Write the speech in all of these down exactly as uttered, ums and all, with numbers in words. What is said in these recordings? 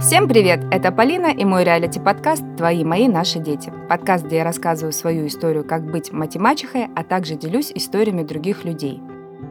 Всем привет! Это Полина и мой реалити-подкаст «Твои, мои, наши дети». Подкаст, где я рассказываю свою историю, как быть мать-мачехой, а также делюсь историями других людей.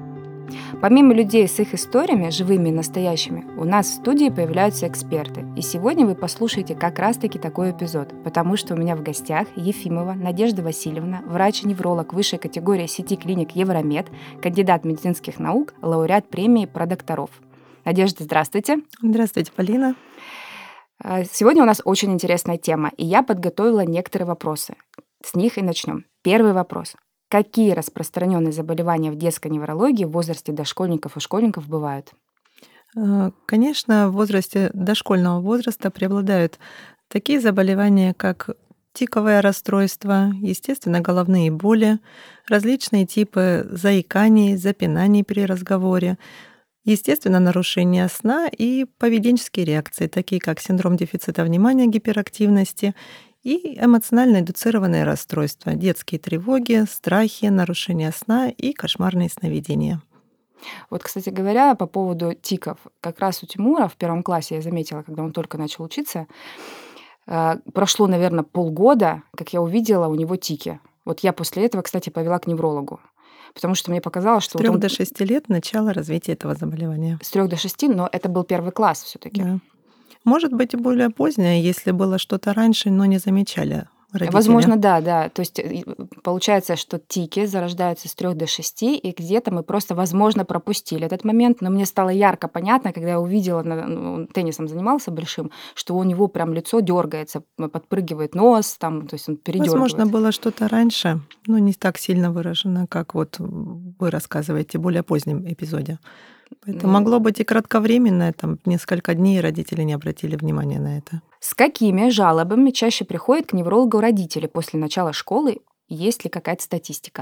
Помимо людей с их историями, живыми и настоящими, у нас в студии появляются эксперты. И сегодня вы послушаете как раз-таки такой эпизод, потому что у меня в гостях Ефимова Надежда Васильевна, врач-невролог высшей категории сети клиник Евромед, кандидат медицинских наук, лауреат премии про докторов. Надежда, здравствуйте. Здравствуйте, Полина. Сегодня у нас очень интересная тема, и я подготовила некоторые вопросы. С них и начнем. Первый вопрос. Какие распространенные заболевания в детской неврологии в возрасте дошкольников и школьников бывают? Конечно, в возрасте дошкольного возраста преобладают такие заболевания, как тиковое расстройство, естественно, головные боли, различные типы заиканий, запинаний при разговоре, естественно, нарушения сна и поведенческие реакции, такие как синдром дефицита внимания, гиперактивности и эмоционально индуцированные расстройства, детские тревоги, страхи, нарушения сна и кошмарные сновидения. Вот, кстати говоря, по поводу тиков, как раз у Тимура в первом классе, я заметила, когда он только начал учиться, прошло, наверное, полгода, как я увидела у него тики. Вот я после этого, кстати, повела к неврологу. Потому что мне показалось, что... С трех вот он... до шести лет начало развития этого заболевания. С трех до шести, но это был первый класс все-таки. Да. Может быть, и более позднее, если было что-то раньше, но не замечали родители. Возможно, да, да. То есть получается, что тики зарождаются с трех до шести, и где-то мы просто, возможно, пропустили этот момент, но мне стало ярко понятно, когда я увидела, он теннисом занимался большим, что у него прям лицо дергается, подпрыгивает нос, там, то есть он передергивается. Возможно, было что-то раньше, но не так сильно выражено, как вот вы рассказываете в более позднем эпизоде. Это могло быть и кратковременное, там несколько дней родители не обратили внимания на это. С какими жалобами чаще приходят к неврологу родители после начала школы? Есть ли какая-то статистика?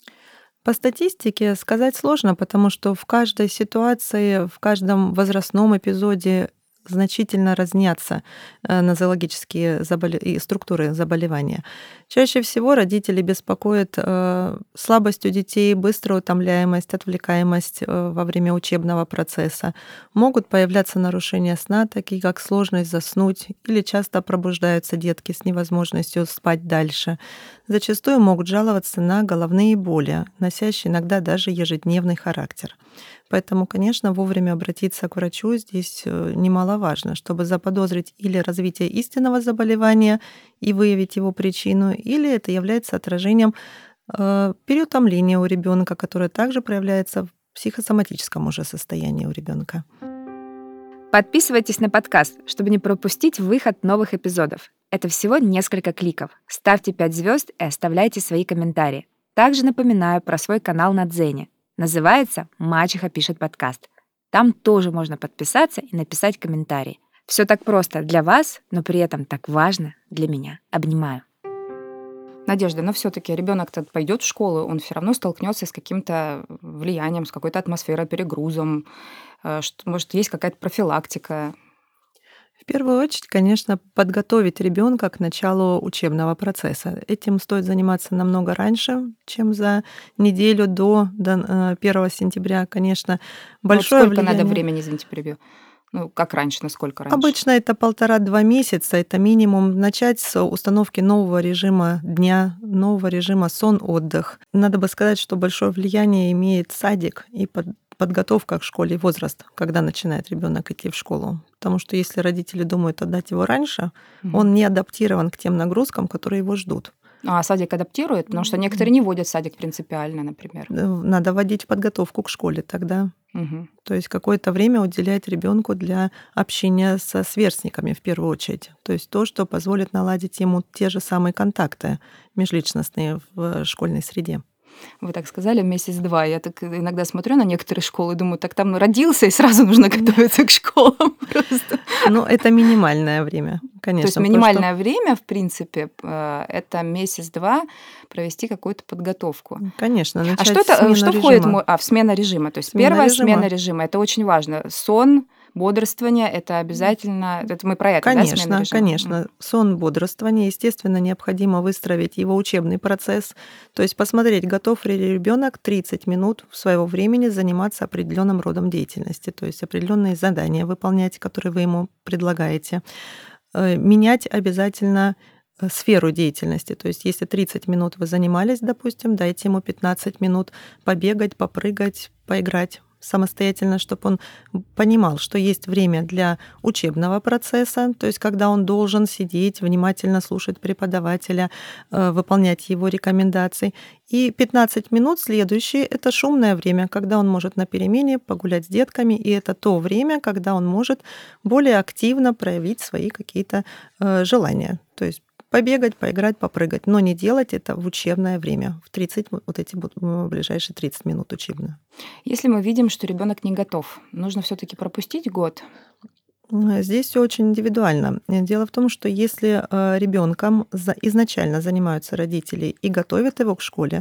По статистике сказать сложно, потому что в каждой ситуации, в каждом возрастном эпизоде значительно разнятся нозологические заболе... и структуры заболевания. Чаще всего родители беспокоят э, слабость у детей, быстрая утомляемость, отвлекаемость э, во время учебного процесса. Могут появляться нарушения сна, такие как сложность заснуть, или часто пробуждаются детки с невозможностью спать дальше. Зачастую могут жаловаться на головные боли, носящие иногда даже ежедневный характер. Поэтому, конечно, вовремя обратиться к врачу здесь немаловажно, чтобы заподозрить или развитие истинного заболевания и выявить его причину, или это является отражением э, переутомления у ребенка, которое также проявляется в психосоматическом уже состоянии у ребенка. Подписывайтесь на подкаст, чтобы не пропустить выход новых эпизодов. Это всего несколько кликов. Ставьте пять звезд и оставляйте свои комментарии. Также напоминаю про свой канал на Дзене. Называется «Мачеха пишет подкаст». Там тоже можно подписаться и написать комментарий. Все так просто для вас, но при этом так важно для меня. Обнимаю. Надежда, но все-таки ребенок-то пойдет в школу, он все равно столкнется с каким-то влиянием, с какой-то атмосферой, перегрузом. Может, есть какая-то профилактика? В первую очередь, конечно, подготовить ребенка к началу учебного процесса. Этим стоит заниматься намного раньше, чем за неделю до, до первого сентября, конечно. Большое вот сколько влияние... надо времени, извините, перебью? Ну, как раньше, насколько раньше? Обычно это полтора-два месяца, это минимум. Начать с установки нового режима дня, нового режима сон-отдых. Надо бы сказать, что большое влияние имеет садик и под подготовка к школе, возраст, когда начинает ребенок идти в школу. Потому что если родители думают отдать его раньше, угу. он не адаптирован к тем нагрузкам, которые его ждут. А садик адаптирует? Потому что некоторые не вводят садик принципиально, например. Надо вводить в подготовку к школе тогда. Угу. То есть какое-то время уделять ребенку для общения со сверстниками в первую очередь. То есть то, что позволит наладить ему те же самые контакты межличностные в школьной среде. Вы так сказали, месяц-два. Я так иногда смотрю на некоторые школы и думаю, так там родился, и сразу нужно готовиться к школам просто. Ну, это минимальное время, конечно. То есть минимальное что... время, в принципе, это месяц-два провести какую-то подготовку. Конечно. А что, это, что входит в, а, в смена режима? То есть смена первая режима. смена режима, это очень важно. Сон, бодрствование, это обязательно, это мы про это, конечно, да, смена режима? Конечно, сон, бодрствование. Естественно, необходимо выстроить его учебный процесс, то есть посмотреть, готов ли ребенок тридцать минут своего времени заниматься определенным родом деятельности, то есть определенные задания выполнять, которые вы ему предлагаете. Менять обязательно сферу деятельности. То есть если тридцать минут вы занимались, допустим, дайте ему пятнадцать минут побегать, попрыгать, поиграть самостоятельно, чтобы он понимал, что есть время для учебного процесса, то есть когда он должен сидеть, внимательно слушать преподавателя, выполнять его рекомендации. И пятнадцать минут следующие — это шумное время, когда он может на перемене погулять с детками, и это то время, когда он может более активно проявить свои какие-то желания. То есть побегать, поиграть, попрыгать, но не делать это в учебное время, в тридцать, вот эти ближайшие тридцать минут учебные. Если мы видим, что ребенок не готов, нужно все-таки пропустить год? Здесь все очень индивидуально. Дело в том, что если ребенком изначально занимаются родители и готовят его к школе,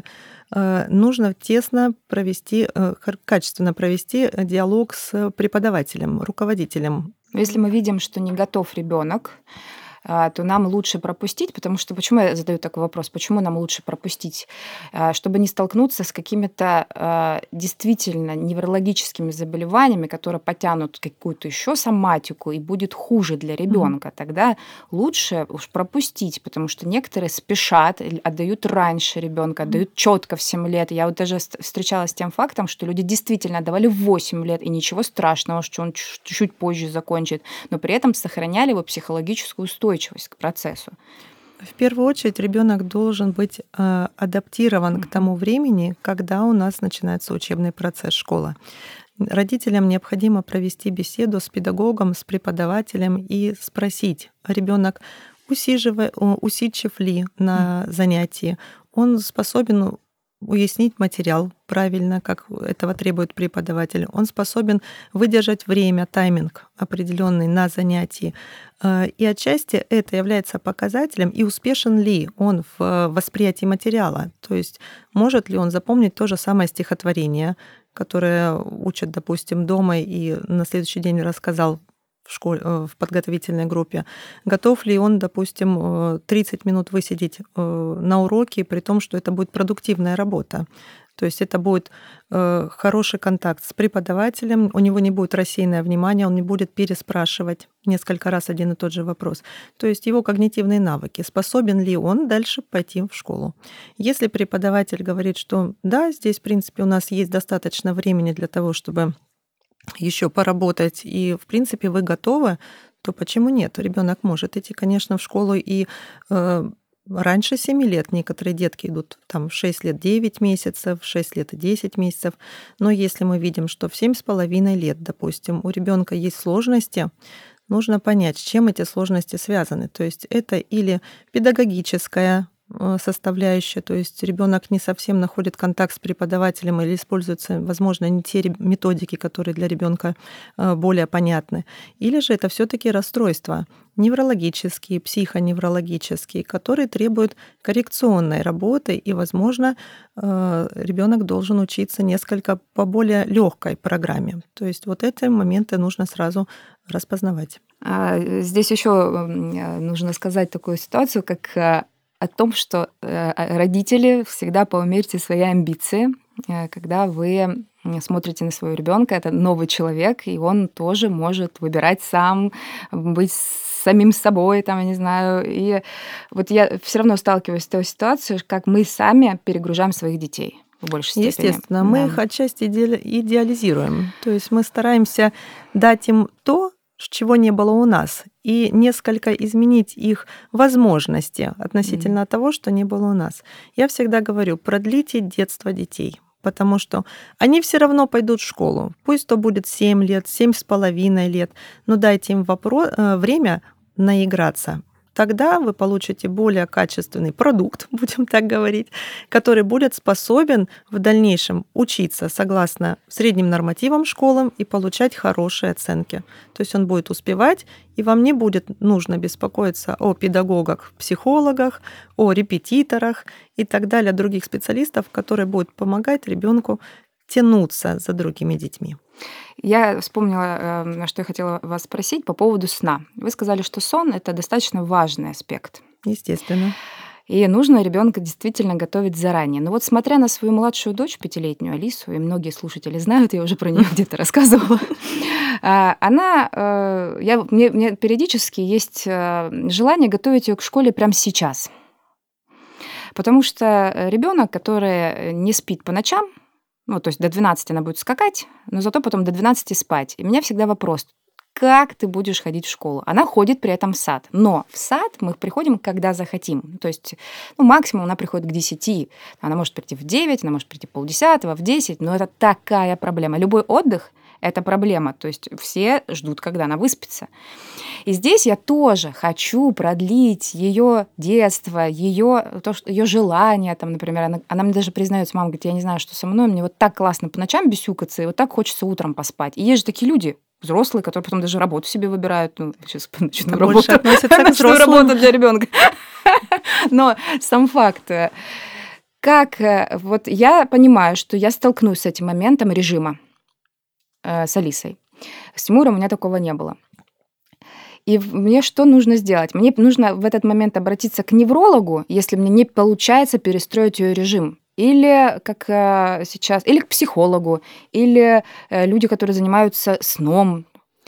нужно тесно провести, качественно провести диалог с преподавателем, руководителем. Если мы видим, что не готов ребенок, то нам лучше пропустить, потому что... Почему я задаю такой вопрос? Почему нам лучше пропустить? Чтобы не столкнуться с какими-то действительно неврологическими заболеваниями, которые потянут какую-то еще соматику и будет хуже для ребенка. Mm-hmm. Тогда лучше уж пропустить, потому что некоторые спешат, отдают раньше ребенка, отдают четко в семь лет. Я вот даже встречалась с тем фактом, что люди действительно отдавали в восемь лет, и ничего страшного, что он чуть-чуть позже закончит, но при этом сохраняли его психологическую устойчивость к процессу. В первую очередь ребенок должен быть э, адаптирован mm-hmm. к тому времени, когда у нас начинается учебный процесс, школа. Родителям необходимо провести беседу с педагогом, с преподавателем и спросить, ребенок усидчив ли на mm-hmm. занятии, он способен уяснить материал правильно, как этого требует преподаватель. Он способен выдержать время, тайминг определенный на занятии. И отчасти это является показателем, и успешен ли он в восприятии материала. То есть может ли он запомнить то же самое стихотворение, которое учат, допустим, дома и на следующий день рассказал в школе, в подготовительной группе. Готов ли он, допустим, тридцать минут высидеть на уроке, при том, что это будет продуктивная работа. То есть это будет хороший контакт с преподавателем, у него не будет рассеянное внимание, он не будет переспрашивать несколько раз один и тот же вопрос. То есть его когнитивные навыки, способен ли он дальше пойти в школу. Если преподаватель говорит, что да, здесь, в принципе, у нас есть достаточно времени для того, чтобы еще поработать, и, в принципе, вы готовы, то почему нет? Ребенок может идти, конечно, в школу и э, раньше семи лет. Некоторые детки идут там в шесть лет девять месяцев, в шесть лет и десять месяцев. Но если мы видим, что в семь с половиной лет, допустим, у ребенка есть сложности, нужно понять, с чем эти сложности связаны. То есть это или педагогическая составляющая, то есть ребенок не совсем находит контакт с преподавателем или используются, возможно, не те методики, которые для ребенка более понятны. Или же это все-таки расстройства неврологические, психоневрологические, которые требуют коррекционной работы, и, возможно, ребенок должен учиться несколько по более легкой программе. То есть вот эти моменты нужно сразу распознавать. Здесь еще нужно сказать такую ситуацию, как о том, что родители всегда поумерьте свои амбиции, когда вы смотрите на своего ребенка, это новый человек, и он тоже может выбирать сам, быть самим собой, там, я не знаю. И вот я все равно сталкиваюсь с той ситуацией, как мы сами перегружаем своих детей в большей степени. Естественно, да. Мы их отчасти идеализируем. То есть мы стараемся дать им то, чего не было у нас, и несколько изменить их возможности относительно mm-hmm. того, что не было у нас. Я всегда говорю, продлите детство детей, потому что они все равно пойдут в школу. Пусть то будет семь лет, семь с половиной лет, но дайте им вопрос, время наиграться. Тогда вы получите более качественный продукт, будем так говорить, который будет способен в дальнейшем учиться согласно средним нормативам школам и получать хорошие оценки. То есть он будет успевать, и вам не будет нужно беспокоиться о педагогах, психологах, о репетиторах и так далее, других специалистов, которые будут помогать ребенку тянуться за другими детьми. Я вспомнила, что я хотела вас спросить по поводу сна. Вы сказали, что сон – это достаточно важный аспект. Естественно. И нужно ребенка действительно готовить заранее. Но вот смотря на свою младшую дочь, пятилетнюю Алису, и многие слушатели знают, я уже про нее где-то рассказывала, она, я, мне, мне периодически есть желание готовить ее к школе прямо сейчас. Потому что ребенок, который не спит по ночам, ну, то есть до двенадцати она будет скакать, но зато потом до двенадцати спать. И у меня всегда вопрос, как ты будешь ходить в школу? Она ходит при этом в сад. Но в сад мы приходим, когда захотим. То есть ну, максимум она приходит к десяти. Она может прийти в девять, она может прийти в полдесятого, в десять. Но это такая проблема. Любой отдых – это проблема. То есть все ждут, когда она выспится. И здесь я тоже хочу продлить ее детство, ее, то, что, ее желание. Там, например, она, она мне даже признается, мама говорит, я не знаю, что со мной, мне вот так классно по ночам бесюкаться, и вот так хочется утром поспать. И есть же такие люди, взрослые, которые потом даже работу себе выбирают. Ну, сейчас начну работу, начну работу для ребенка. Но сам факт. Как вот я понимаю, что я столкнусь с этим моментом режима с Алисой. С Тимуром у меня такого не было. И мне что нужно сделать? Мне нужно в этот момент обратиться к неврологу, если мне не получается перестроить ее режим. Или как сейчас, или к психологу, или люди, которые занимаются сном.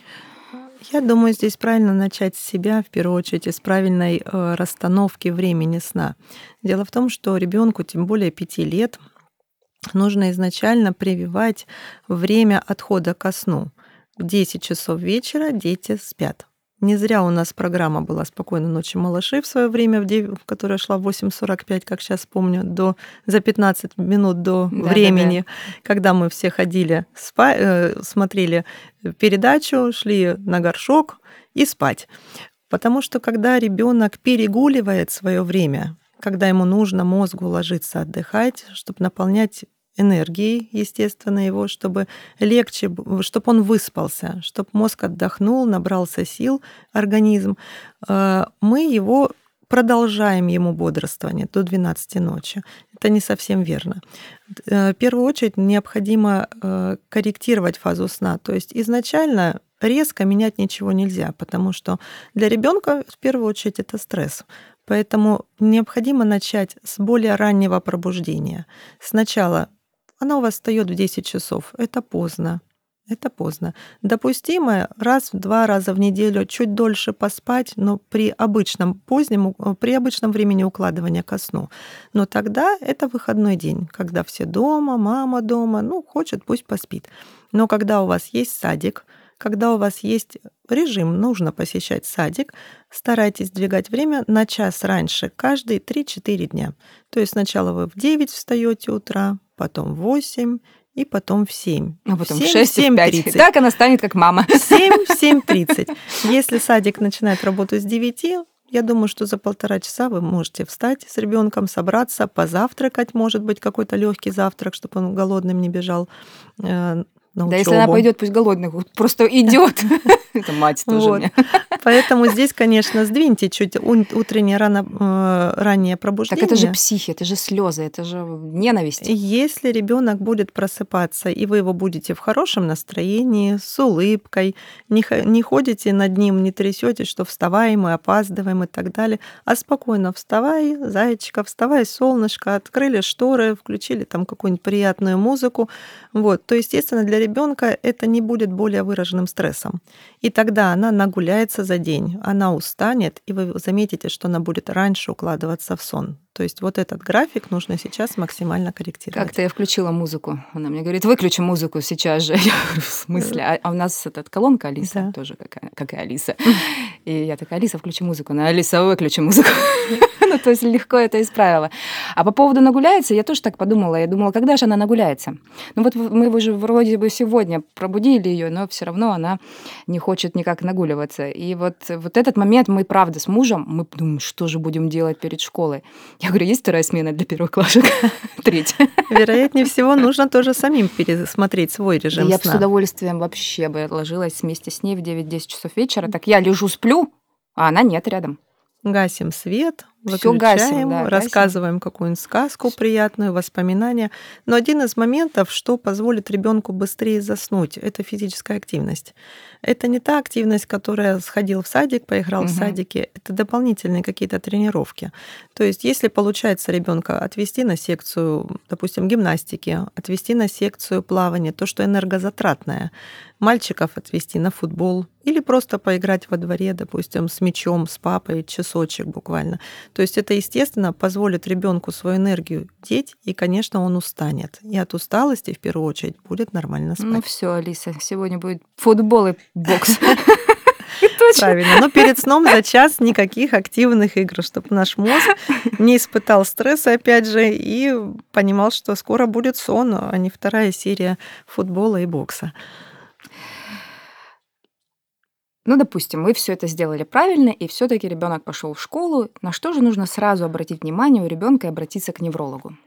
Я думаю, здесь правильно начать с себя, в первую очередь, с правильной расстановки времени сна. Дело в том, что ребенку, тем более пяти лет, нужно изначально прививать время отхода ко сну. В десять часов вечера дети спят. Не зря у нас программа была «Спокойной ночи, малыши» в свое время, в которая шла в восемь сорок пять, как сейчас помню, до, за пятнадцать минут до да, времени, да, да. когда мы все ходили, спа, э, смотрели передачу, шли на горшок и спать. Потому что когда ребенок перегуливает свое время, когда ему нужно мозгу ложиться отдыхать, чтобы наполнять энергией, естественно, его, чтобы легче, чтобы он выспался, чтобы мозг отдохнул, набрался сил, организм. Мы его продолжаем ему бодрствование до двенадцати ночи. Это не совсем верно. В первую очередь необходимо корректировать фазу сна. То есть изначально резко менять ничего нельзя, потому что для ребенка в первую очередь это стресс. Поэтому необходимо начать с более раннего пробуждения. Сначала она у вас встает в десять часов. Это поздно. Это поздно. Допустимо раз-два раза в неделю чуть дольше поспать, но при обычном позднем, при обычном времени укладывания ко сну. Но тогда это выходной день, когда все дома, мама дома, ну, хочет, пусть поспит. Но когда у вас есть садик, когда у вас есть режим, нужно посещать садик, старайтесь сдвигать время на час раньше, каждые три-четыре дня. То есть сначала вы в девять встаете утра, потом в восемь и потом в семь. А потом в шесть и в пять. Так она станет как мама. В семь, в семь тридцать. Если садик начинает работу с девяти, я думаю, что за полтора часа вы можете встать с ребенком, собраться, позавтракать, может быть, какой-то легкий завтрак, чтобы он голодным не бежал. Да, если она пойдет, пусть голодный, просто идет. Это мать тоже вот. мне. Поэтому здесь, конечно, сдвиньте чуть утреннее рано, раннее пробуждение. Так это же психи, это же слезы, это же ненависть. Если ребенок будет просыпаться, и вы его будете в хорошем настроении, с улыбкой, не, не ходите над ним, не трясетесь, что вставай, мы опаздываем и так далее, а спокойно вставай, зайчика, вставай, солнышко, открыли шторы, включили там какую-нибудь приятную музыку. Вот. То, естественно, для ребенка это не будет более выраженным стрессом. И тогда она нагуляется за день, она устанет, и вы заметите, что она будет раньше укладываться в сон. То есть вот этот график нужно сейчас максимально корректировать. Как-то я включила музыку. Она мне говорит, выключи музыку сейчас же. Я говорю, в смысле? А, а у нас этот колонка Алиса, да. тоже как, как и Алиса. И я такая, Алиса, включи музыку. Она, Алиса, выключи музыку. Ну, то есть легко это исправила. А по поводу нагуляется, я тоже так подумала. Я думала, когда же она нагуляется? Ну вот мы уже вроде бы сегодня пробудили ее, но все равно она не хочет никак нагуливаться. И вот, вот этот момент мы, правда, с мужем, мы думаем, что же будем делать перед школой. Я говорю, есть вторая смена для первоклашек? Третья. Вероятнее всего, нужно тоже самим пересмотреть свой режим да сна. Я бы с удовольствием вообще бы ложилась вместе с ней в девять-десять часов вечера. Так я лежу, сплю, а она нет рядом. Гасим свет, Всё гасим, да, рассказываем какую-нибудь сказку приятную, воспоминания. Но один из моментов, что позволит ребенку быстрее заснуть, это физическая активность. Это не та активность, которая сходил в садик, поиграл Мгм. в садике, это дополнительные какие-то тренировки. То есть если получается ребенка отвести на секцию, допустим, гимнастики, отвести на секцию плавания, то, что энергозатратное, мальчиков отвести на футбол или просто поиграть во дворе, допустим, с мячом, с папой, часочек буквально. То есть это, естественно, позволит ребенку свою энергию деть, и, конечно, он устанет. И от усталости, в первую очередь, будет нормально спать. Ну все, Алиса, сегодня будет футбол и бокс. Правильно. Но перед сном за час никаких активных игр, чтобы наш мозг не испытал стресса, опять же, и понимал, что скоро будет сон, а не вторая серия футбола и бокса. Ну, допустим, мы все это сделали правильно, и все таки ребенок пошел в школу. На что же нужно сразу обратить внимание у ребенка и обратиться к неврологу?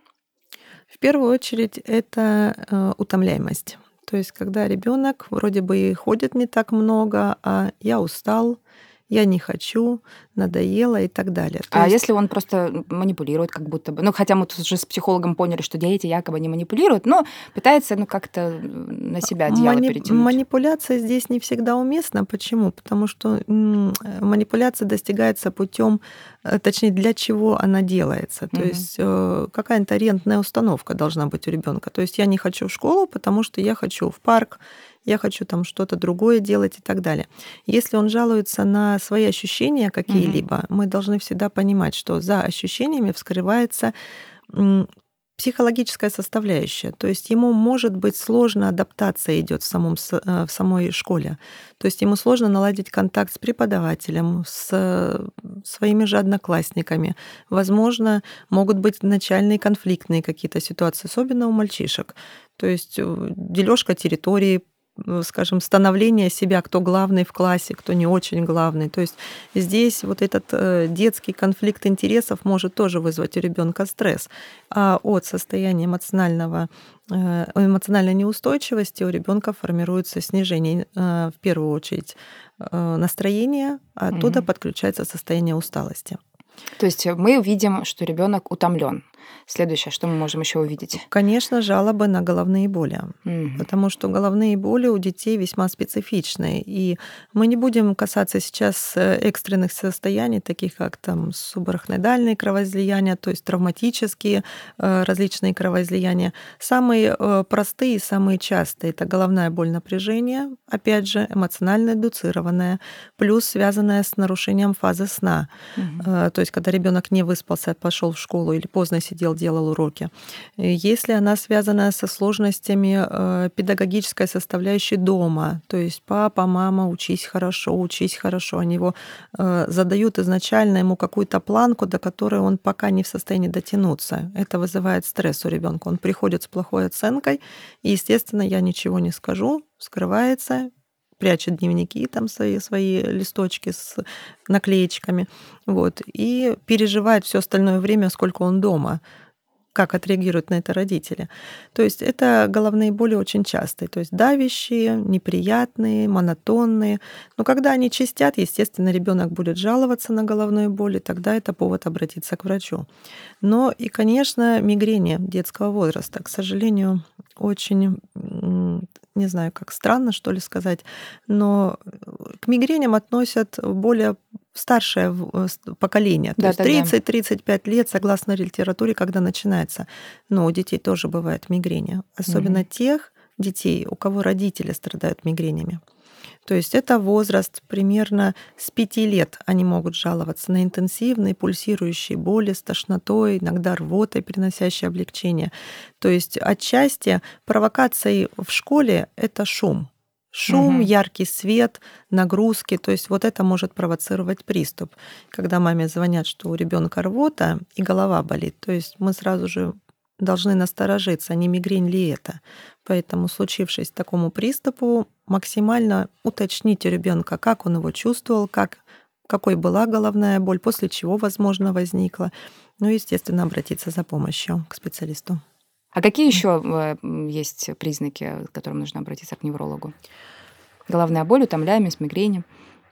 В первую очередь это э, утомляемость. То есть когда ребенок вроде бы и ходит не так много, а я устал, я не хочу, надоело и так далее. То А есть если он просто манипулирует как будто бы? Ну, хотя мы тут уже с психологом поняли, что дети якобы не манипулируют, но пытается, ну, как-то на себя одеяло мани- перетянуть. манипуляция здесь не всегда уместна. Почему? Потому что м, э, манипуляция достигается путем, э, точнее, для чего она делается. То Мгм. есть э, какая-то арендная установка должна быть у ребенка. То есть я не хочу в школу, потому что я хочу в парк, я хочу там что-то другое делать и так далее. Если он жалуется на свои ощущения какие-либо, мы должны всегда понимать, что за ощущениями вскрывается м, психологическая составляющая. То есть ему может быть сложно, адаптация идет в, самом, с- э, в самой школе. То есть ему сложно наладить контакт с преподавателем, с э, своими же одноклассниками. Возможно, могут быть начальные конфликтные какие-то ситуации, особенно у мальчишек. То есть э, дележка территории, э, скажем, становление себя, кто главный в классе, кто не очень главный. То есть здесь вот этот э, детский конфликт интересов может тоже вызвать у ребенка стресс. А от состояния эмоционального, э, эмоциональной неустойчивости у ребенка формируется снижение, э, в первую очередь, э, настроения, а оттуда Мгм. подключается состояние усталости. То есть э, мы видим, что ребенок утомлен. Следующее, что мы можем еще увидеть? Конечно, жалобы на головные боли, Мгм. потому что головные боли у детей весьма специфичные. И мы не будем касаться сейчас э, экстренных состояний, таких как там субарахноидальные кровоизлияния, то есть травматические э, различные кровоизлияния. Самые э, простые, самые частые — это головная боль, напряжение, опять же, эмоционально индуцированная, плюс связанная с нарушением фазы сна. Мгм. Э, То есть, когда ребенок не выспался, пошел в школу или поздно сидел, делал уроки. Э, Если она связана со сложностями э, педагогической составляющей дома, то есть папа, мама, учись хорошо, учись хорошо, они его э, задают изначально ему какую-то планку, до которой он пока не в состоянии дотянуться. Это вызывает стресс у ребенка. Он приходит с плохой оценкой, и, естественно, я ничего не скажу, скрывается, прячет дневники, там свои, свои листочки с наклеечками, вот, и переживает все остальное время, сколько он дома, как отреагируют на это родители. То есть это головные боли очень частые, то есть давящие, неприятные, монотонные. Но когда они частят, естественно, ребенок будет жаловаться на головную боль, и тогда это повод обратиться к врачу. Но и, конечно, мигрени детского возраста, к сожалению, очень, м, не знаю, как странно, что ли, сказать, но э, к мигреням относят более старшее в- э, с- поколение, то есть Да-да-да. тридцать-тридцать пять лет, согласно литературе, когда начинается. Но у детей тоже бывают мигрени, особенно Мгм. тех детей, у кого родители страдают мигренями. То есть это возраст примерно с пяти лет они могут жаловаться на интенсивные пульсирующие боли с тошнотой, иногда рвотой, приносящей облегчение. То есть отчасти провокацией в школе — это шум. Шум, Мгм. яркий свет, нагрузки, то есть вот это может провоцировать приступ. Когда маме звонят, что у ребенка рвота и голова болит, то есть мы сразу же должны насторожиться, не мигрень ли это. Поэтому, случившись такому приступу, максимально уточните ребенка, как он его чувствовал, как, какой была головная боль, после чего, возможно, возникла. Ну и, естественно, обратиться за помощью к специалисту. А какие еще есть признаки, к которым нужно обратиться к неврологу? Головная боль, утомляемость, мигрени.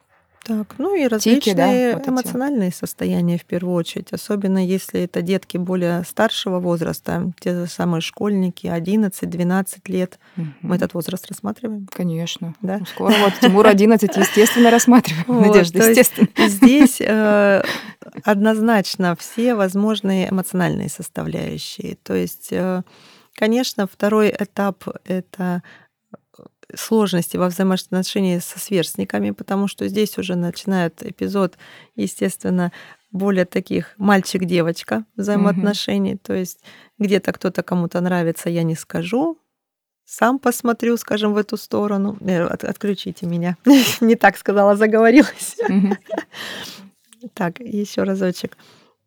Так, ну и Тики, да, различные вот эти. эмоциональные состояния в первую очередь, особенно если это детки более старшего возраста, те же самые школьники, одиннадцать-двенадцать лет. Мы Мгм. этот возраст рассматриваем, Конечно. да? Ну, скоро вот Тимуру одиннадцать, естественно, рассматриваем. Вот, Надежда, то есть естественно. здесь э, однозначно все возможные эмоциональные составляющие. То есть, э, конечно, второй этап — это сложности во взаимоотношении со сверстниками, потому что здесь уже начинает эпизод, естественно, более таких мальчик-девочка Мгм. взаимоотношений. То есть где-то кто-то кому-то нравится, я не скажу, сам посмотрю, скажем, в эту сторону. Э, от- отключите меня. Не так сказала, заговорилась. Мгм. Так, еще разочек.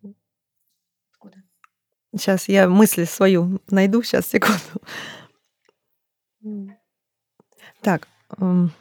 Сейчас я мысль свою найду, сейчас, секунду. Так, м,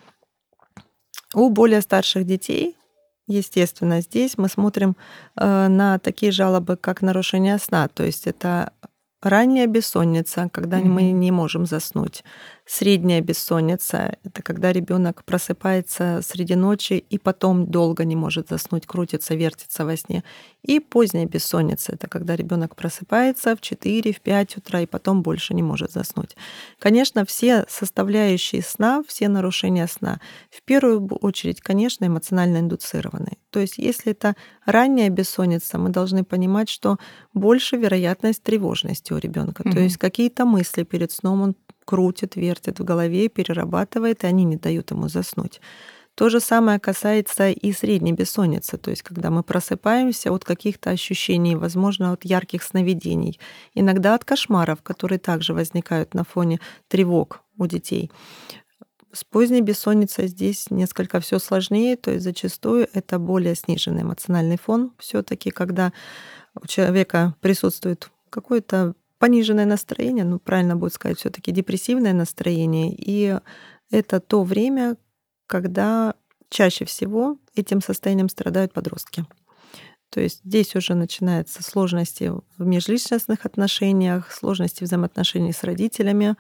у более старших детей, естественно, здесь мы смотрим э, на такие жалобы, как нарушение сна. То есть это ранняя бессонница, когда мы Мгм. не можем заснуть. Средняя бессонница — это когда ребенок просыпается среди ночи и потом долго не может заснуть, крутится, вертится во сне. И поздняя бессонница — это когда ребенок просыпается в четыре, в пять утра и потом больше не может заснуть. Конечно, все составляющие сна, все нарушения сна в первую б- очередь, конечно, эмоционально индуцированы. То есть если это ранняя бессонница, мы должны понимать, что больше вероятность тревожности у ребенка. То есть Мгм. какие-то мысли перед сном он крутит, вертит в голове, перерабатывает, и они не дают ему заснуть. То же самое касается и средней бессонницы, то есть когда мы просыпаемся от каких-то ощущений, возможно, от ярких сновидений, иногда от кошмаров, которые также возникают на фоне тревог у детей. С поздней бессонницей здесь несколько все сложнее, то есть зачастую это более сниженный эмоциональный фон все таки когда у человека присутствует какое-то пониженное настроение, ну, правильно будет сказать, все таки депрессивное настроение. И это то время, когда чаще всего этим состоянием страдают подростки. То есть здесь уже начинаются сложности в межличностных отношениях, сложности взаимоотношений с родителями.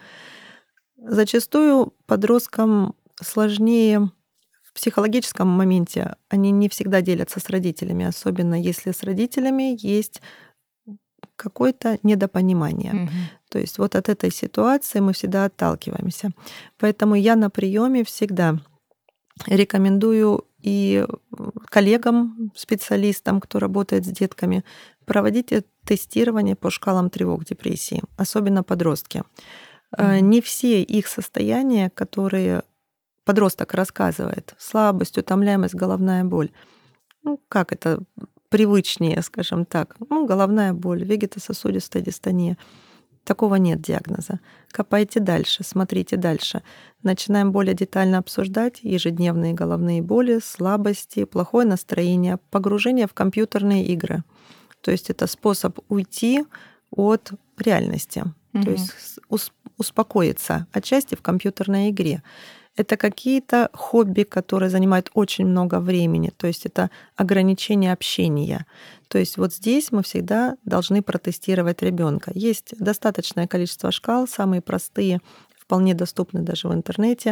Зачастую подросткам сложнее в психологическом моменте. Они не всегда делятся с родителями, особенно если с родителями есть какое-то недопонимание. Мгм. То есть вот от этой ситуации мы всегда отталкиваемся. Поэтому я на приеме всегда рекомендую и коллегам, специалистам, кто работает с детками, проводить э- тестирование по шкалам тревог депрессии, особенно подростки. Э, Мгм. Не все их состояния, которые подросток рассказывает, слабость, утомляемость, головная боль, ну, как это привычнее, скажем так, ну, головная боль, вегетососудистая дистония. Такого нет диагноза. Копайте дальше, смотрите дальше. Начинаем более детально обсуждать ежедневные головные боли, слабости, плохое настроение, погружение в компьютерные игры. То есть это способ уйти от реальности, то есть Мгм. с- ус- успокоиться отчасти в компьютерной игре. Это какие-то хобби, которые занимают очень много времени, то есть это ограничение общения. То есть вот здесь мы всегда должны протестировать ребенка. Есть достаточное количество шкал, самые простые, вполне доступны даже в интернете.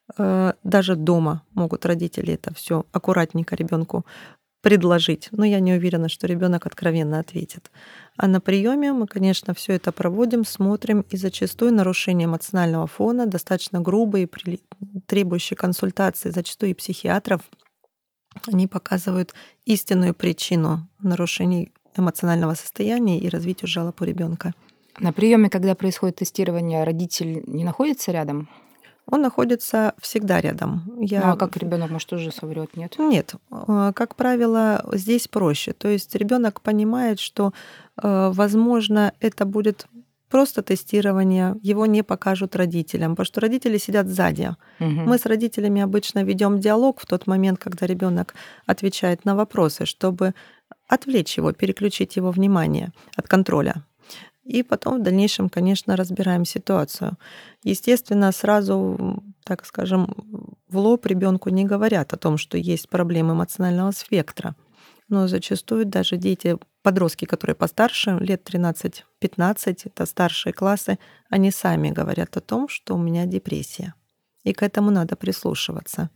Э, Даже дома могут родители это все аккуратненько ребенку предложить, но я не уверена, что ребенок откровенно ответит. А на приеме мы, конечно, все это проводим, смотрим, и зачастую нарушение эмоционального фона, достаточно грубые, прили- требующие консультации, зачастую и психиатров, они показывают истинную причину нарушений эмоционального состояния и развитию жалоб у ребенка. На приеме, когда происходит тестирование, родитель не находится рядом? Он находится всегда рядом. Ну, а Я как ребенок, может, тоже соврет, нет? Нет, э, как правило, здесь проще. То есть ребенок понимает, что, э, возможно, это будет просто тестирование, его не покажут родителям, потому что родители сидят сзади. Мгм. Мы с родителями обычно ведем диалог в тот момент, когда ребенок отвечает на вопросы, чтобы отвлечь его, переключить его внимание от контроля. И потом в дальнейшем, конечно, разбираем ситуацию. Естественно, сразу, м, так скажем, в лоб ребенку не говорят о том, что есть проблемы эмоционального спектра. Но зачастую даже дети, подростки, которые постарше, лет тринадцать-пятнадцать, это старшие классы, они сами говорят о том, что у меня депрессия. И к этому надо прислушиваться.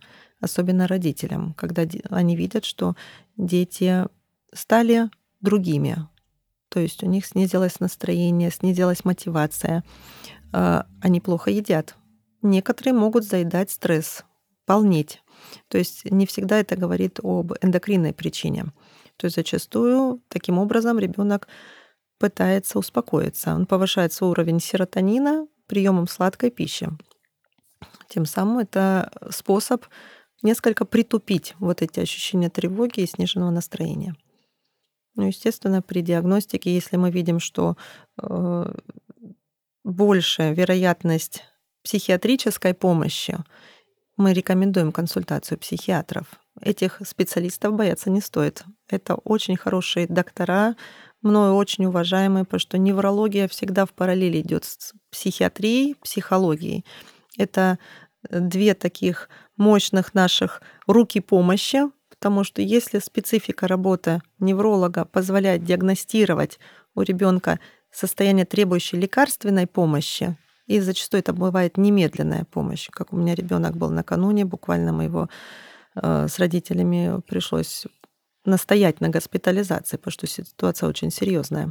особенно родителям, когда они видят, что дети стали другими. То есть у них снизилось настроение, снизилась мотивация, они плохо едят. Некоторые могут заедать стресс, полнеть. То есть не всегда это говорит об эндокринной причине. То есть зачастую таким образом ребенок пытается успокоиться. Он повышает свой уровень серотонина приемом сладкой пищи. Тем самым это способ несколько притупить вот эти ощущения тревоги и сниженного настроения. Ну, естественно, при диагностике, если мы видим, что э, большая вероятность психиатрической помощи, мы рекомендуем консультацию психиатров. Этих специалистов бояться не стоит. Это очень хорошие доктора, мною очень уважаемые, потому что неврология всегда в параллели идет с психиатрией, психологией. Это две таких мощных наших руки помощи, потому что если специфика работы невролога позволяет диагностировать у ребенка состояние, требующее лекарственной помощи, и зачастую это бывает немедленная помощь, как у меня ребенок был накануне, буквально мы его э, с родителями пришлось настоять на госпитализации, потому что ситуация очень серьезная.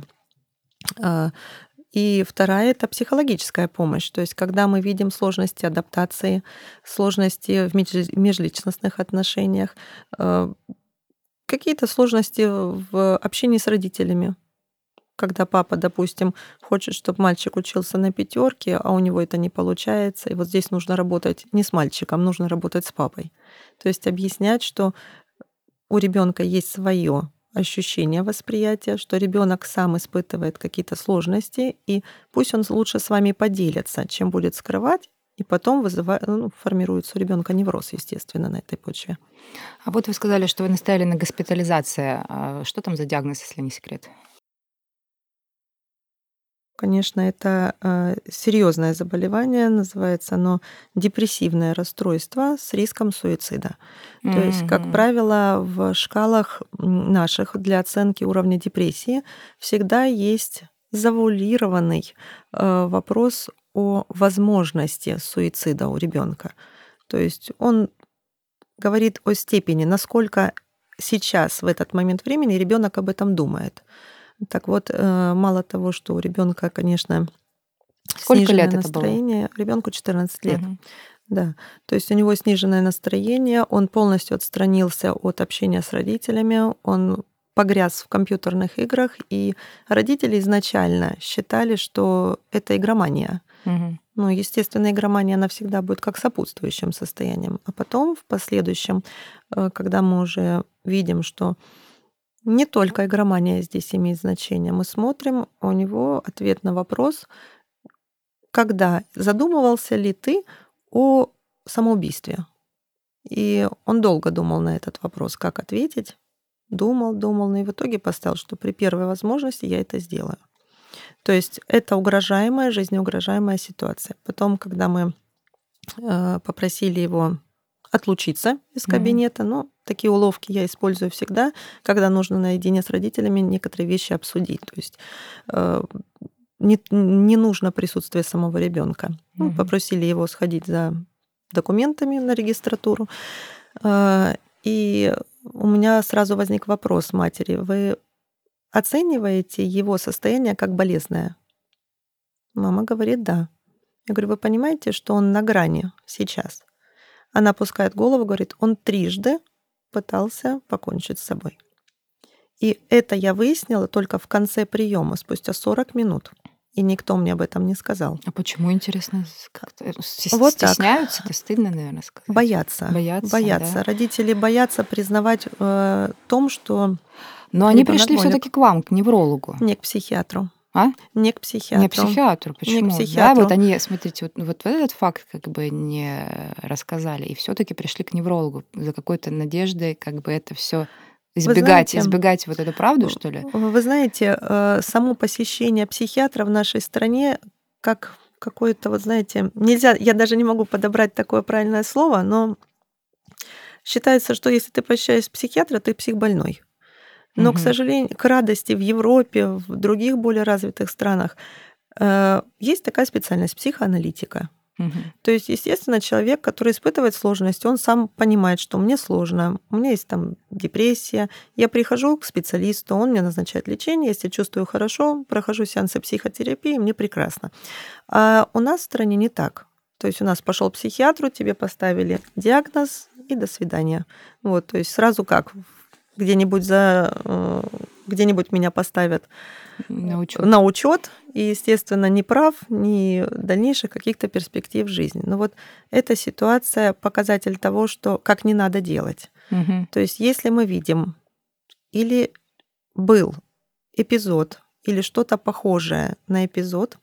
И вторая — это психологическая помощь. То есть когда мы видим сложности адаптации, сложности в межличностных отношениях, какие-то сложности в общении с родителями. Когда папа, допустим, хочет, чтобы мальчик учился на пятерке, а у него это не получается, и вот здесь нужно работать не с мальчиком, нужно работать с папой. То есть объяснять, что у ребенка есть свое ощущение восприятия, что ребенок сам испытывает какие-то сложности, и пусть он лучше с вами поделится, чем будет скрывать, и потом вызывает, ну, формируется у ребенка невроз, естественно, на этой почве. А вот вы сказали, что вы настояли на госпитализации. Что там за диагноз, если не секрет? Конечно, это э, серьезное заболевание, называется оно депрессивное расстройство с риском суицида. Mm-hmm. То есть, как правило, в шкалах наших для оценки уровня депрессии всегда есть завуалированный э, вопрос о возможности суицида у ребенка. То есть он говорит о степени, насколько сейчас в этот момент времени ребенок об этом думает. Так вот, мало того, что у ребенка, конечно, Сколько сниженное лет настроение, ребенку четырнадцать лет. Угу. Да, то есть у него сниженное настроение, он полностью отстранился от общения с родителями, он погряз в компьютерных играх, и родители изначально считали, что это игромания. Угу. Ну, естественно, игромания, она всегда будет как сопутствующим состоянием. А потом, в последующем, когда мы уже видим, что не только игромания здесь имеет значение. Мы смотрим, у него ответ на вопрос, когда задумывался ли ты о самоубийстве. И он долго думал на этот вопрос, как ответить. Думал, думал, но и в итоге поставил, что при первой возможности я это сделаю. То есть это угрожаемая, жизнеугрожаемая ситуация. Потом, когда мы попросили его отлучиться из кабинета. Mm-hmm. Но такие уловки я использую всегда, когда нужно наедине с родителями некоторые вещи обсудить. То есть э, не, не нужно присутствие самого ребенка. Mm-hmm. Ну, попросили его сходить за документами на регистратуру. Э, и у меня сразу возник вопрос матери. Вы оцениваете его состояние как болезненное? Мама говорит, да. Я говорю, вы понимаете, что он на грани сейчас? Она опускает голову, говорит, он трижды пытался покончить с собой. И это я выяснила только в конце приема, спустя сорок минут. И никто мне об этом не сказал. А почему, интересно? Как-то вот стесняются? Это стыдно, наверное, сказать. Боятся. Боятся, боятся. Да? Родители боятся признавать э, том, что... Но они пришли все-таки к вам, к неврологу. Не к психиатру. А? Не к психиатру. Не к психиатру. Почему? Не к психиатру. Да, вот они, смотрите, вот, вот этот факт как бы не рассказали, и все-таки пришли к неврологу за какой-то надеждой, как бы это все избегать, знаете, избегать вот эту правду, что ли? Вы знаете, само посещение психиатра в нашей стране как какое-то, вот знаете, нельзя, я даже не могу подобрать такое правильное слово, но считается, что если ты посещаешь психиатра, ты психбольной. Но, угу. к сожалению, к радости в Европе, в других более развитых странах есть такая специальность — психоаналитика. Мгм. То есть, естественно, человек, который испытывает сложность, он сам понимает, что мне сложно, у меня есть там депрессия. Я прихожу к специалисту, он мне назначает лечение, если чувствую хорошо, прохожу сеансы психотерапии, мне прекрасно. А у нас в стране не так. То есть у нас пошел к психиатру, тебе поставили диагноз и до свидания. Вот, то есть сразу как где-нибудь за э, где-нибудь меня поставят На учет. на учет, и, естественно, ни прав, ни дальнейших каких-то перспектив в жизни. Но вот эта ситуация показатель того, что как не надо делать. Мгм. То есть если мы видим или был эпизод, или что-то похожее на эпизод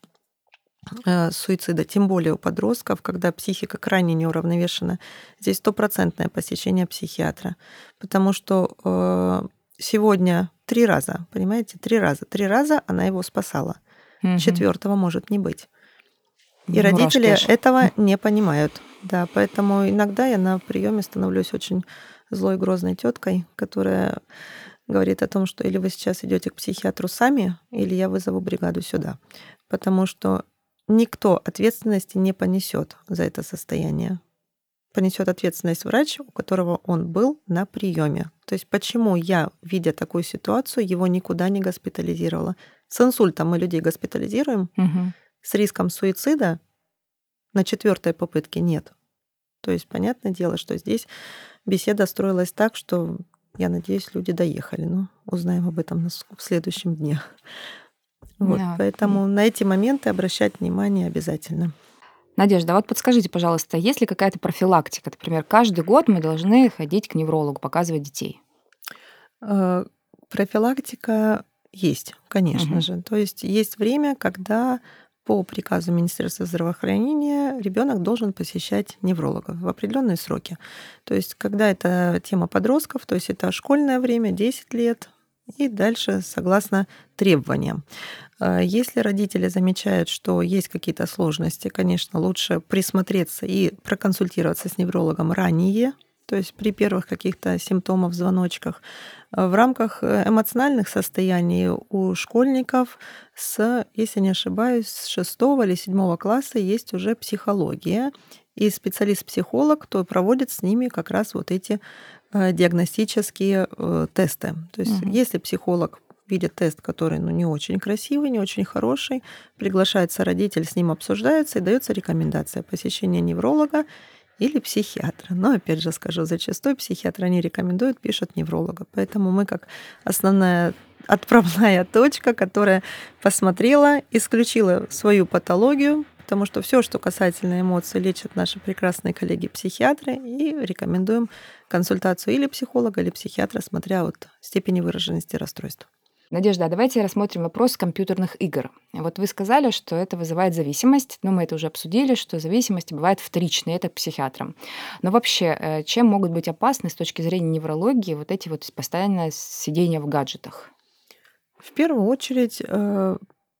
э, суицида, тем более у подростков, когда психика крайне неуравновешена, здесь стопроцентное посещение психиатра. Потому что э, сегодня три раза, понимаете, три раза. Три раза она его спасала. Мгм. Четвертого может не быть. И Мурашки родители аж. этого не понимают. Да, поэтому иногда я на приеме становлюсь очень злой, грозной теткой, которая говорит о том, что или вы сейчас идете к психиатру сами, или я вызову бригаду сюда. Потому что никто ответственности не понесет за это состояние. Понесет ответственность врач, у которого он был на приеме. То есть почему я, видя такую ситуацию, его никуда не госпитализировала? С инсультом мы людей госпитализируем, Мгм. с риском суицида на четвертой попытке нет. То есть понятное дело, что здесь беседа строилась так, что, я надеюсь, люди доехали. Но узнаем об этом на с- в следующем дне. Вот, Да. поэтому на эти моменты обращать внимание обязательно. Надежда, а вот подскажите, пожалуйста, есть ли какая-то профилактика? Например, каждый год мы должны ходить к неврологу, показывать детей. Э, Профилактика есть, конечно Мгм. же. То есть есть время, когда по приказу Министерства здравоохранения ребенок должен посещать невролога в определенные сроки. То есть когда это тема подростков, то есть это школьное время, десять лет, и дальше согласно требованиям. А Если родители замечают, что есть какие-то сложности, конечно, лучше присмотреться и проконсультироваться с неврологом ранее, то есть при первых каких-то симптомах, звоночках. А В рамках э, эмоциональных состояний у школьников с, если не ошибаюсь, с шестого или седьмого класса есть уже психология, и специалист-психолог, кто проводит с ними как раз вот эти э, диагностические э, тесты. То есть Мгм. если психолог видит тест, который ну, не очень красивый, не очень хороший, приглашается родитель, с ним обсуждается и дается рекомендация посещения невролога или психиатра. Но, опять же скажу, зачастую психиатра не рекомендуют, пишут невролога. Поэтому мы как основная отправная точка, которая посмотрела, исключила свою патологию, потому что все, что касательно эмоций, лечат наши прекрасные коллеги-психиатры, и рекомендуем консультацию или психолога, или психиатра, смотря от степени выраженности расстройства. Надежда, а давайте рассмотрим вопрос компьютерных игр. Вот вы сказали, что это вызывает зависимость, но мы это уже обсудили, что зависимость бывает вторичной, это к психиатрам. Но вообще, э, чем могут быть опасны с точки зрения неврологии вот эти вот постоянное сидение в гаджетах? В первую очередь, э,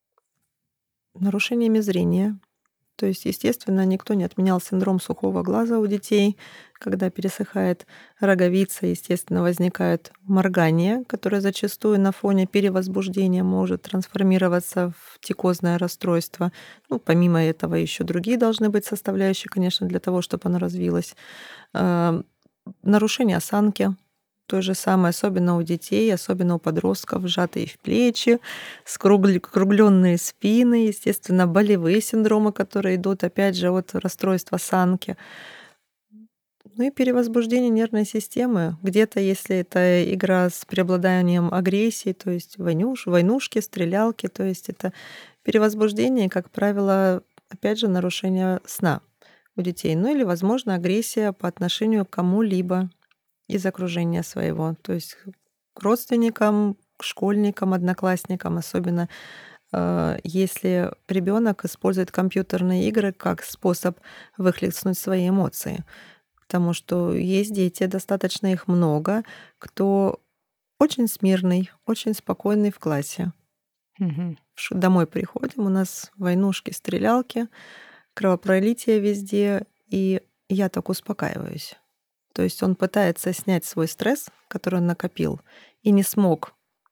нарушениями зрения. То есть, естественно, никто не отменял синдром сухого глаза у детей. Когда пересыхает роговица, естественно, возникает моргание, которое зачастую на фоне перевозбуждения может трансформироваться в тикозное расстройство. Ну, помимо этого, еще другие должны быть составляющие, конечно, для того, чтобы оно развилось. А, Нарушение осанки. То же самое, особенно у детей, особенно у подростков, сжатые в плечи, скругленные спины, естественно, болевые синдромы, которые идут, опять же, от расстройства осанки. Ну и перевозбуждение нервной системы. Где-то, если это игра с преобладанием агрессии, то есть войнуш, войнушки, стрелялки, то есть это перевозбуждение, как правило, опять же, нарушение сна у детей. Ну или, возможно, агрессия по отношению к кому-либо из окружения своего, то есть к родственникам, к школьникам, одноклассникам, особенно э, если ребенок использует компьютерные игры как способ выхлестнуть свои эмоции. Потому что есть дети, достаточно их много, кто очень смирный, очень спокойный в классе. Мгм. Ш- Домой приходим, у нас войнушки, стрелялки, кровопролитие везде, и я так успокаиваюсь. То есть он пытается снять свой стресс, который он накопил, и не смог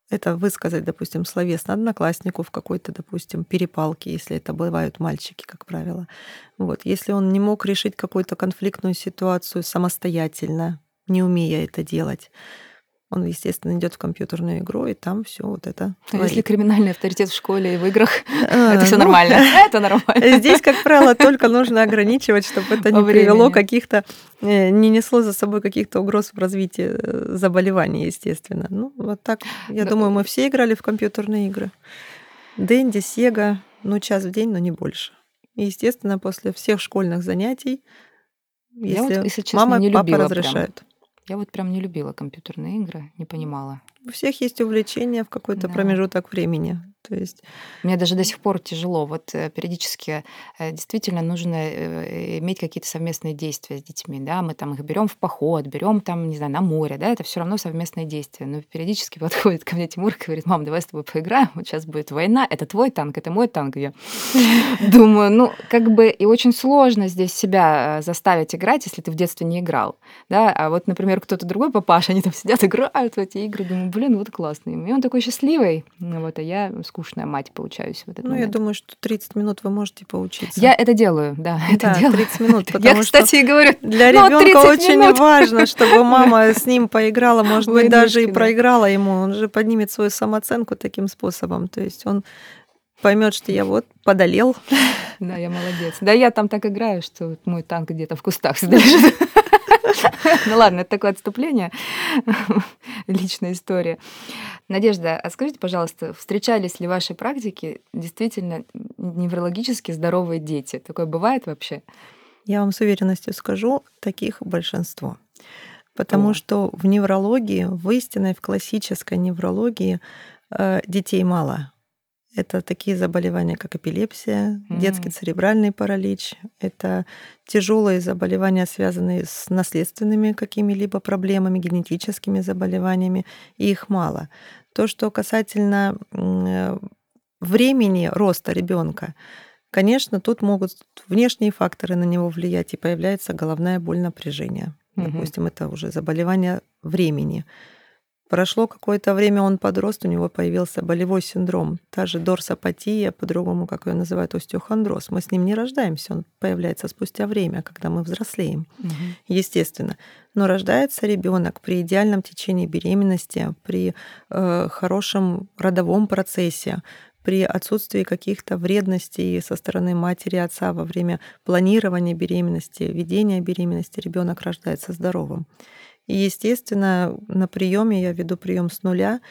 это высказать, допустим, словесно однокласснику в какой-то, допустим, перепалке, если это бывают мальчики, как правило. Вот. Если он не мог решить какую-то конфликтную ситуацию самостоятельно, не умея это делать, он, естественно, идет в компьютерную игру, и там все вот это А творит. если криминальный авторитет в школе и в играх, А, это все ну, нормально. Это нормально. Здесь, как правило, только нужно ограничивать, чтобы это По не привело времени. каких-то, э, не несло за собой каких-то угроз в развитии э, заболеваний, естественно. Ну, вот так, я Ну, думаю, мы все играли в компьютерные игры. Дэнди, Сега, ну, час в день, но не больше. И, естественно, после всех школьных занятий, Я вот, если если честно, мама, не папа любила прям. разрешают. Я вот прям не любила компьютерные игры, не понимала. У всех есть увлечение в какой-то Да. промежуток времени. То есть Мне даже до сих пор тяжело. Вот э, периодически э, действительно нужно э, иметь какие-то совместные действия с детьми. Да? Мы там их берем в поход, берем там, не знаю, на море. Да? Это все равно совместные действия. Но периодически подходит ко мне Тимур и говорит: мам, давай с тобой поиграем. Вот сейчас будет война. Это твой танк, это мой танк. Я думаю, ну, как бы и очень сложно здесь себя э, заставить играть, если ты в детстве не играл. Да? А вот, например, кто-то другой папаша, они там сидят, играют в эти игры. Думаю, блин, вот классный. И он такой счастливый. Ну Вот, а я скучная мать получаюсь в этот Ну, я момент. думаю, что тридцать минут вы можете поучиться. Я это делаю, да, это Да, делаю. тридцать минут, Я, потому что кстати, и говорю, для ну, вот ребенка тридцать очень минут. важно, чтобы мама с ним поиграла, может быть, даже и Войнушки, да. проиграла ему. Он же поднимет свою самооценку таким способом. То есть он поймет, что я вот подолел. Да, я молодец. Да, я там так играю, что вот мой танк где-то в кустах всегда лежит. Ну ладно, это такое отступление. Личная история. Надежда, а скажите, пожалуйста, встречались ли в вашей практике действительно неврологически здоровые дети? Такое бывает вообще? Я вам с уверенностью скажу, таких большинство. Потому О. что в неврологии, в истинной, в классической неврологии э, детей мало. Это такие заболевания, как эпилепсия, детский М. церебральный паралич. Это тяжелые заболевания, связанные с наследственными какими-либо проблемами, генетическими заболеваниями, и их мало. То, что касательно м, э, времени роста ребенка, конечно, тут могут внешние факторы на него влиять, и появляется головная боль, напряжение. Мгм. Допустим, это уже заболевание времени. Прошло какое-то время, он подрос, у него появился болевой синдром. Та же дорсопатия, по-другому, как ее называют, остеохондроз. Мы с ним не рождаемся, он появляется спустя время, когда мы взрослеем, Мгм. естественно. Но рождается ребенок при идеальном течении беременности, при э, хорошем родовом процессе, при отсутствии каких-то вредностей со стороны матери и отца во время планирования беременности, ведения беременности, ребенок рождается здоровым. И, естественно, на приеме я веду прием с нуля,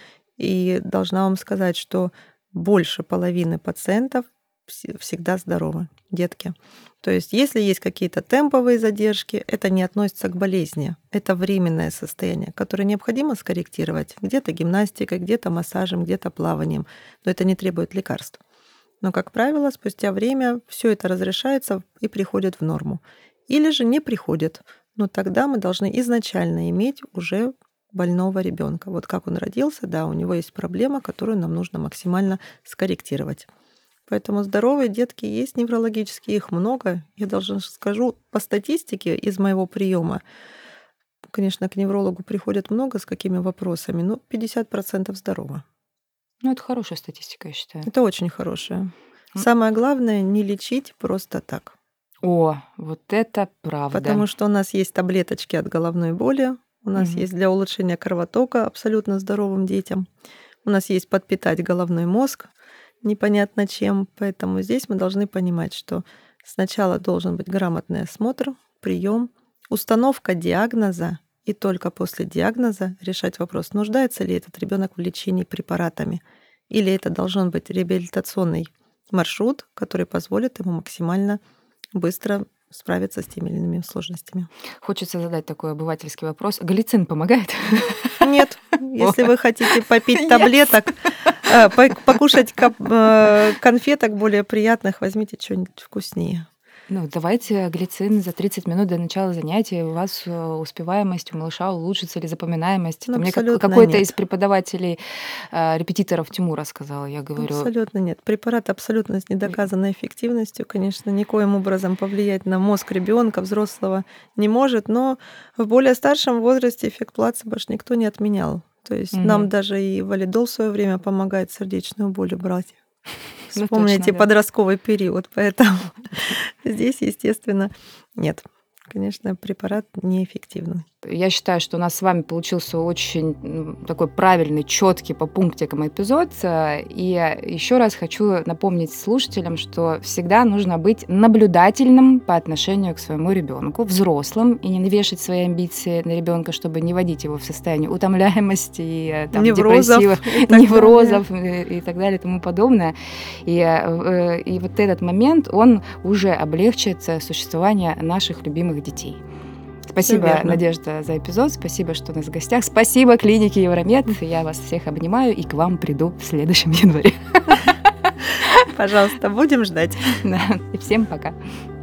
и должна вам сказать, что больше половины пациентов вс- всегда здоровы, детки. То есть, если есть какие-то темповые задержки, это не относится к болезни. Это временное состояние, которое необходимо скорректировать где-то гимнастикой, где-то массажем, где-то плаванием, но это не требует лекарств. Но, как правило, спустя время все это разрешается и приходит в норму. Или же не приходит. Но тогда мы должны изначально иметь уже больного ребенка. Вот как он родился, да, у него есть проблема, которую нам нужно максимально скорректировать. Поэтому здоровые детки есть неврологические, их много. Я даже скажу, по статистике из моего приема, конечно, к неврологу приходят много с какими вопросами, но пятьдесят процентов здорово. Ну, это хорошая статистика, я считаю. Это очень хорошее. М. Самое главное не лечить просто так. О, вот это правда. Потому что у нас есть таблеточки от головной боли, у нас Мгм. есть для улучшения кровотока абсолютно здоровым детям, у нас есть подпитать головной мозг непонятно чем. Поэтому здесь мы должны понимать, что сначала должен быть грамотный осмотр, прием, установка диагноза, и только после диагноза решать вопрос, нуждается ли этот ребенок в лечении препаратами, или это должен быть реабилитационный маршрут, который позволит ему максимально быстро справиться с теми или иными сложностями. Хочется задать такой обывательский вопрос. Галицин помогает? Нет, если вы хотите попить Yes. таблеток, э, по- покушать кап- э, конфеток более приятных, возьмите что-нибудь вкуснее. Ну, давайте глицин за тридцать минут до начала занятия. У вас э, успеваемость у малыша улучшится или запоминаемость. Ну, Это мне как- абсолютно какой-то нет. из преподавателей, э, репетиторов Тимура сказал. Я говорю, Абсолютно нет. Препарат абсолютно с недоказанной эффективностью, конечно, никоим образом повлиять на мозг ребенка, взрослого не может, но в более старшем возрасте эффект плацебо ж никто не отменял. То есть Мгм. нам даже и валидол в свое время помогает сердечную боль убрать. Ну, Вспомните точно, да. подростковый период, поэтому здесь, естественно, нет. Конечно, препарат неэффективный. Я считаю, что у нас с вами получился очень м, такой правильный, четкий по пунктикам эпизод. Э, И еще раз хочу напомнить слушателям, что всегда нужно быть наблюдательным по отношению к своему ребенку, взрослым, и не навешать свои амбиции на ребенка, чтобы не вводить его в состояние утомляемости и э, там, Неврозов депрессивов, и так неврозов э, и так далее и тому подобное. И, э, и вот этот момент, он уже облегчит э, существование наших любимых детей. Спасибо, верно. Надежда, за эпизод. Спасибо, что у нас в гостях. Спасибо клинике Евромед. Я вас всех обнимаю и к вам приду в следующем январе. Пожалуйста, будем ждать. Да. И всем пока.